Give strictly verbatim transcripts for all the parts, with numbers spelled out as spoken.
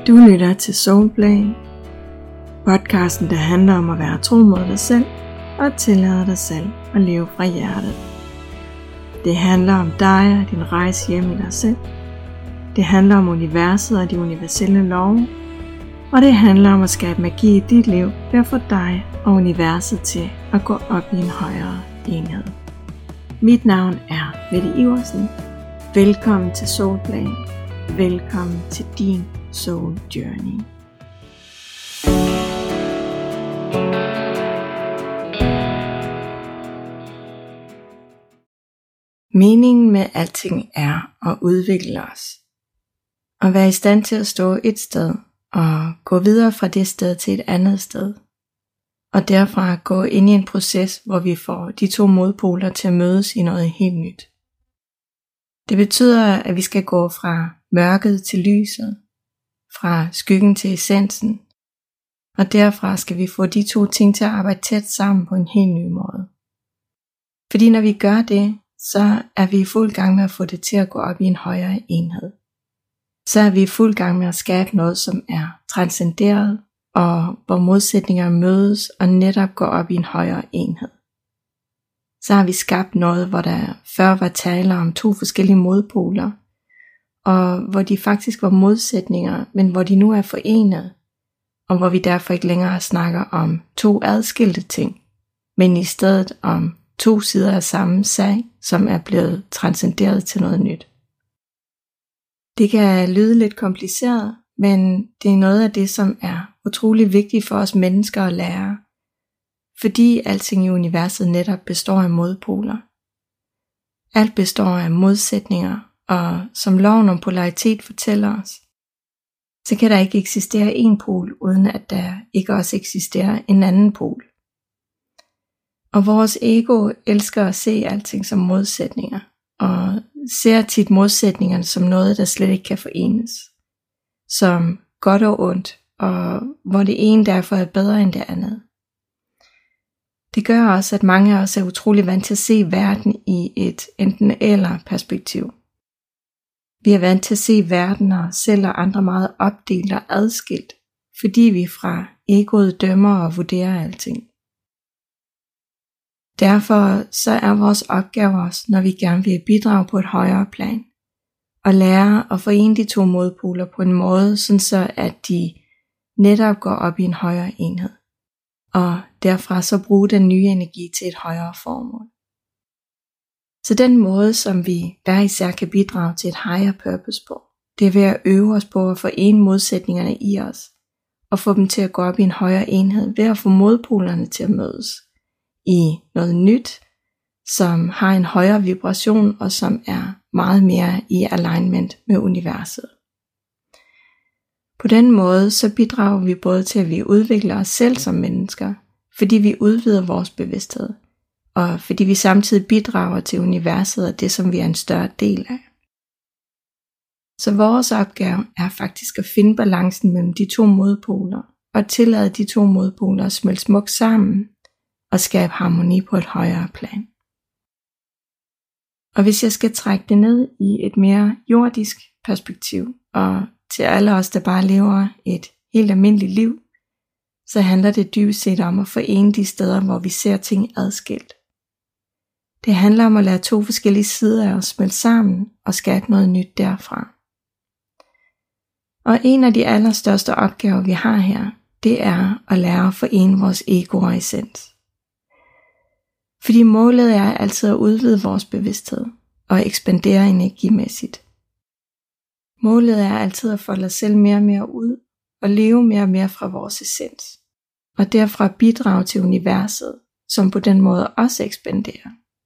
Du lytter til Soulplay, podcasten der handler om at være tro mod dig selv og tillade dig selv at leve fra hjertet. Det handler om dig og din rejse hjem i dig selv. Det handler om universet og de universelle love. Og det handler om at skabe magi i dit liv ved at få dig og universet til at gå op i en højere enhed. Mit navn er Mette Iversen. Velkommen til Soulplay. Velkommen til din Soul Journey. Meningen med alting er at udvikle os. Og være i stand til at stå et sted og gå videre fra det sted til et andet sted. Og derfra gå ind i en proces, hvor vi får de to modpoler til at mødes i noget helt nyt. Det betyder, at vi skal gå fra mørket til lyset, fra skyggen til essensen, og derfra skal vi få de to ting til at arbejde tæt sammen på en helt ny måde. Fordi når vi gør det, så er vi i fuld gang med at få det til at gå op i en højere enhed. Så er vi i fuld gang med at skabe noget, som er transcenderet, og hvor modsætninger mødes og netop går op i en højere enhed. Så har vi skabt noget, hvor der før var tale om to forskellige modpoler, og hvor de faktisk var modsætninger, men hvor de nu er forenet, og hvor vi derfor ikke længere snakker om to adskilte ting, men i stedet om to sider af samme sag, som er blevet transcenderet til noget nyt. Det kan lyde lidt kompliceret, men det er noget af det, som er utrolig vigtigt for os mennesker at lære, fordi alting i universet netop består af modpoler. Alt består af modsætninger, og som loven om polaritet fortæller os, så kan der ikke eksistere en pol, uden at der ikke også eksisterer en anden pol. Og vores ego elsker at se alting som modsætninger, og ser tit modsætningerne som noget, der slet ikke kan forenes. Som godt og ondt, og hvor det ene derfor er bedre end det andet. Det gør også, at mange af os er utrolig vant til at se verden i et enten eller perspektiv. Vi er vant til at se verden og selv og andre meget opdelt og adskilt, fordi vi fra egoet dømmer og vurderer alting. Derfor så er vores opgave også, når vi gerne vil bidrage på et højere plan, at lære at forene de to modpoler på en måde, sådan så at de netop går op i en højere enhed, og derfra så bruge den nye energi til et højere formål. Så den måde, som vi hver især kan bidrage til et higher purpose på, det er ved at øve os på at forene modsætningerne i os, og få dem til at gå op i en højere enhed, ved at få modpolerne til at mødes i noget nyt, som har en højere vibration, og som er meget mere i alignment med universet. På den måde så bidrager vi både til, at vi udvikler os selv som mennesker, fordi vi udvider vores bevidsthed, og fordi vi samtidig bidrager til universet og det, som vi er en større del af. Så vores opgave er faktisk at finde balancen mellem de to modpoler, og tillade de to modpoler at smelte smukt sammen, og skabe harmoni på et højere plan. Og hvis jeg skal trække det ned i et mere jordisk perspektiv, og til alle os, der bare lever et helt almindeligt liv, så handler det dybest set om at forene de steder, hvor vi ser ting adskilt. Det handler om at lade to forskellige sider af os smelte sammen og skabe noget nyt derfra. Og en af de allerstørste opgaver, vi har her, det er at lære at forene vores ego og essens. Fordi målet er altid at udvide vores bevidsthed og ekspandere energimæssigt. Målet er altid at folde os selv mere og mere ud og leve mere og mere fra vores essens. Og derfra bidrage til universet, som på den måde også ekspanderer.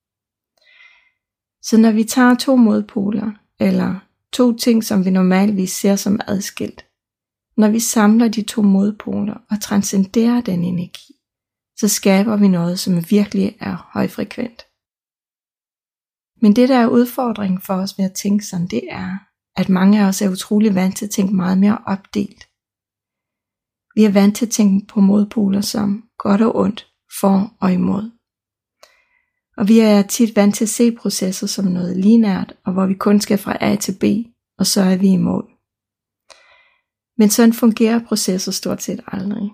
Så når vi tager to modpoler, eller to ting, som vi normalvis ser som adskilt, når vi samler de to modpoler og transcenderer den energi, så skaber vi noget, som virkelig er højfrekvent. Men det, der er udfordringen for os ved at tænke sådan, det er, at mange af os er utrolig vant til at tænke meget mere opdelt. Vi er vant til at tænke på modpoler som godt og ondt, for og imod. Og vi er tit vant til at se processer som noget lineært, og hvor vi kun skal fra A til B, og så er vi i mål. Men sådan fungerer processer stort set aldrig.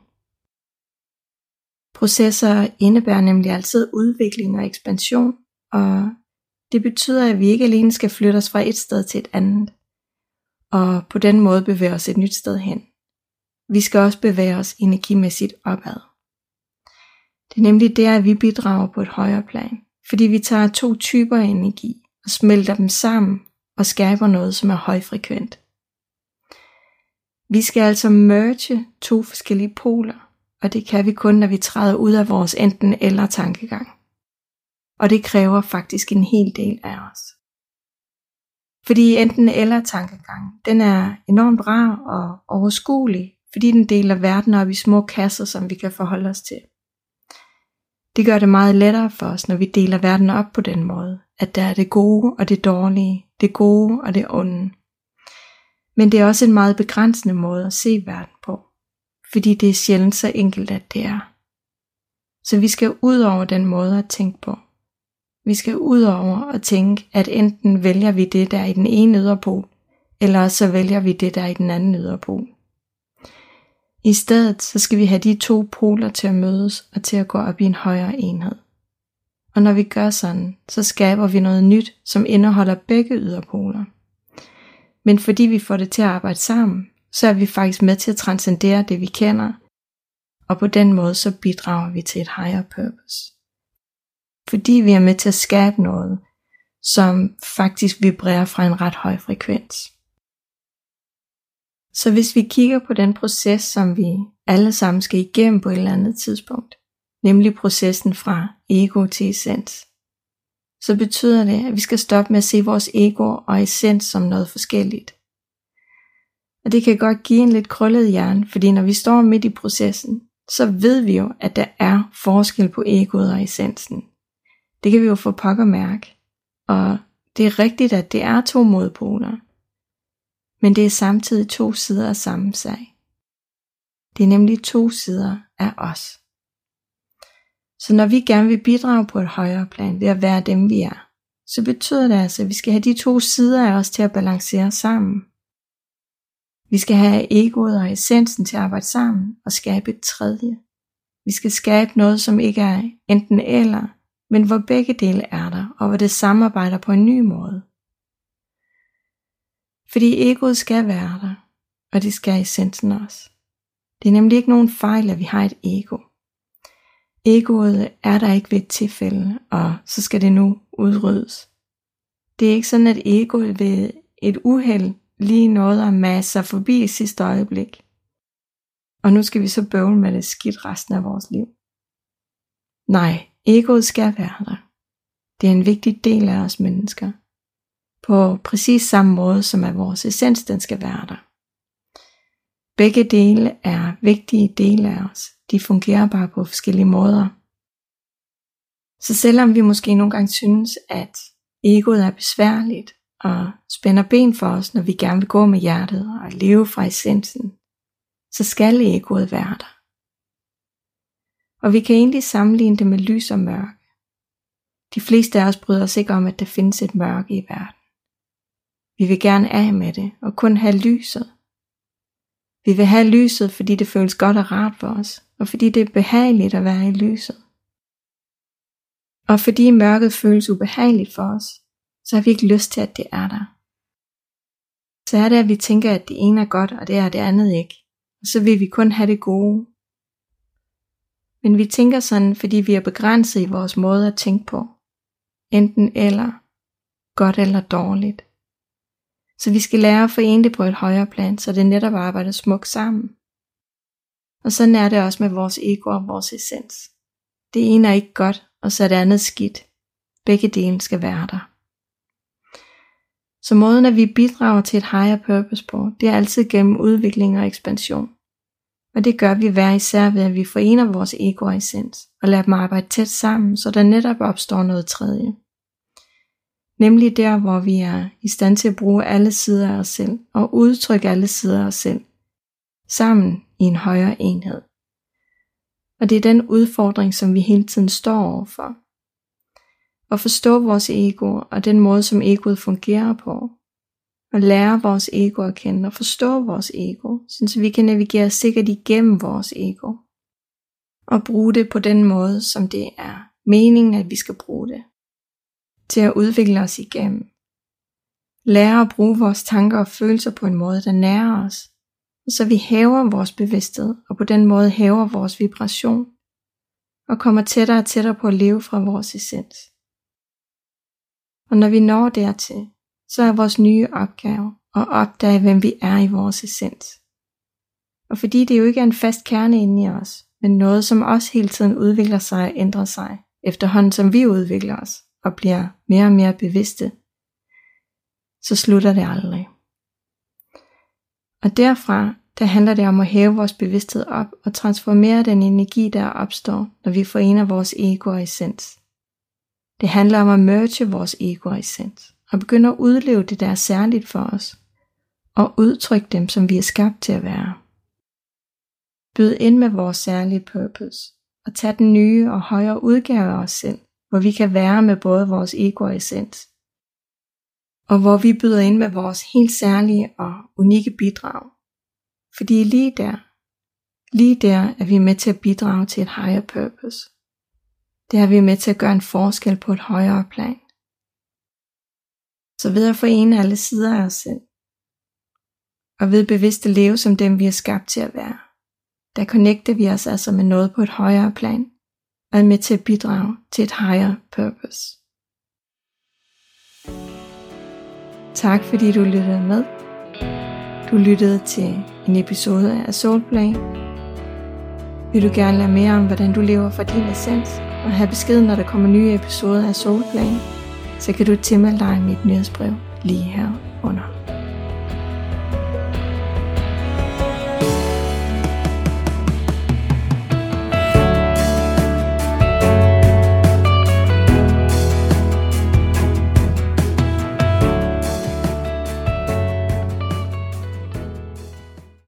Processer indebærer nemlig altid udvikling og ekspansion, og det betyder, at vi ikke alene skal flytte os fra et sted til et andet, og på den måde bevæge os et nyt sted hen. Vi skal også bevæge os energimæssigt opad. Det er nemlig der, at vi bidrager på et højere plan, fordi vi tager to typer af energi og smelter dem sammen og skaber noget, som er højfrekvent. Vi skal altså merge to forskellige poler, og det kan vi kun, når vi træder ud af vores enten eller tankegang. Og det kræver faktisk en hel del af os. Fordi enten eller tankegang, den er enormt rar og overskuelig, fordi den deler verden op i små kasser, som vi kan forholde os til. Det gør det meget lettere for os, når vi deler verden op på den måde, at der er det gode og det dårlige, det gode og det onde. Men det er også en meget begrænsende måde at se verden på, fordi det er sjældent så enkelt, at det er. Så vi skal ud over den måde at tænke på. Vi skal ud over at tænke, at enten vælger vi det, der er i den ene yderpol, eller så vælger vi det, der er i den anden yderpol. I stedet så skal vi have de to poler til at mødes og til at gå op i en højere enhed. Og når vi gør sådan, så skaber vi noget nyt, som indeholder begge yderpoler. Men fordi vi får det til at arbejde sammen, så er vi faktisk med til at transcendere det, vi kender, og på den måde så bidrager vi til et higher purpose. Fordi vi er med til at skabe noget, som faktisk vibrerer fra en ret høj frekvens. Så hvis vi kigger på den proces, som vi alle sammen skal igennem på et eller andet tidspunkt, nemlig processen fra ego til essens, så betyder det, at vi skal stoppe med at se vores ego og essens som noget forskelligt. Og det kan godt give en lidt krøllet hjerne, fordi når vi står midt i processen, så ved vi jo, at der er forskel på egoet og essensen. Det kan vi jo få pokker mærke. Og det er rigtigt, at det er to modpoler. Men det er samtidig to sider af samme sag. Det er nemlig to sider af os. Så når vi gerne vil bidrage på et højere plan ved at være dem vi er, så betyder det altså, at vi skal have de to sider af os til at balancere sammen. Vi skal have egoet og essensen til at arbejde sammen og skabe et tredje. Vi skal skabe noget, som ikke er enten eller, men hvor begge dele er der, og hvor det samarbejder på en ny måde. Fordi egoet skal være der, og det skal essensen også. Det er nemlig ikke nogen fejl, at vi har et ego. Egoet er der ikke ved et tilfælde, og så skal det nu udryddes. Det er ikke sådan, at egoet ved et uheld lige nåede at masse sig forbi i sidste øjeblik. Og nu skal vi så bøvle med det skidt resten af vores liv. Nej, egoet skal være der. Det er en vigtig del af os mennesker. På præcis samme måde som at vores essens den skal være der. Begge dele er vigtige dele af os. De fungerer bare på forskellige måder. Så selvom vi måske nogle gange synes, at egoet er besværligt og spænder ben for os, når vi gerne vil gå med hjertet og leve fra essensen, så skal egoet være der. Og vi kan egentlig sammenligne det med lys og mørke. De fleste af os bryder os ikke om, at der findes et mørke i verden. Vi vil gerne af med det og kun have lyset. Vi vil have lyset, fordi det føles godt og rart for os, og fordi det er behageligt at være i lyset. Og fordi mørket føles ubehageligt for os, så har vi ikke lyst til, at det er der. Så er det, at vi tænker, at det ene er godt, og det er det andet ikke. Og så vil vi kun have det gode. Men vi tænker sådan, fordi vi er begrænset i vores måde at tænke på. Enten eller, godt eller dårligt. Så vi skal lære at forene det på et højere plan, så det netop arbejder smukt sammen. Og sådan er det også med vores ego og vores essens. Det ene er ikke godt, og så er det andet skidt. Begge dele skal være der. Så måden at vi bidrager til et higher purpose på, det er altid gennem udvikling og ekspansion. Og det gør vi hver især ved at vi forener vores ego og essens, og lader dem arbejde tæt sammen, så der netop opstår noget tredje. Nemlig der, hvor vi er i stand til at bruge alle sider af os selv, og udtrykke alle sider af os selv, sammen i en højere enhed. Og det er den udfordring, som vi hele tiden står overfor. At forstå vores ego, og den måde, som egoet fungerer på. og lære vores ego at kende og forstå vores ego, så vi kan navigere sikkert igennem vores ego og bruge det på den måde, som det er meningen, at vi skal bruge det, til at udvikle os igennem. Lære at bruge vores tanker og følelser på en måde, der nærer os, så vi hæver vores bevidsthed og på den måde hæver vores vibration og kommer tættere og tættere på at leve fra vores essens. Og når vi når dertil, så er vores nye opgave at opdage, hvem vi er i vores essens. Og fordi det jo ikke er en fast kerne inde i os, men noget, som også hele tiden udvikler sig og ændrer sig, efterhånden som vi udvikler os og bliver mere og mere bevidste, så slutter det aldrig. Og derfra, der handler det om at hæve vores bevidsthed op og transformere den energi, der opstår, når vi forener vores ego og essens. Det handler om at merge vores ego og essens og begynde at udleve det, der er særligt for os, og udtrykke dem, som vi er skabt til at være. Byd ind med vores særlige purpose og tag den nye og højere udgave af os selv, hvor vi kan være med både vores ego og essens, og hvor vi byder ind med vores helt særlige og unikke bidrag. Fordi lige der, lige der er vi med til at bidrage til et higher purpose. Der er vi med til at gøre en forskel på et højere plan. Så ved at forene alle sider af os selv, og ved bevidst at leve som dem vi er skabt til at være, der connecter vi os altså med noget på et højere plan, og er med til at bidrage til et higher purpose. Tak fordi du lyttede med. Du lyttede til en episode af Soulplay. Vil du gerne lære mere om, hvordan du lever for din essens, og have besked, når der kommer nye episoder af Soulplay, så kan du tilmelde dig mit nyhedsbrev lige her under.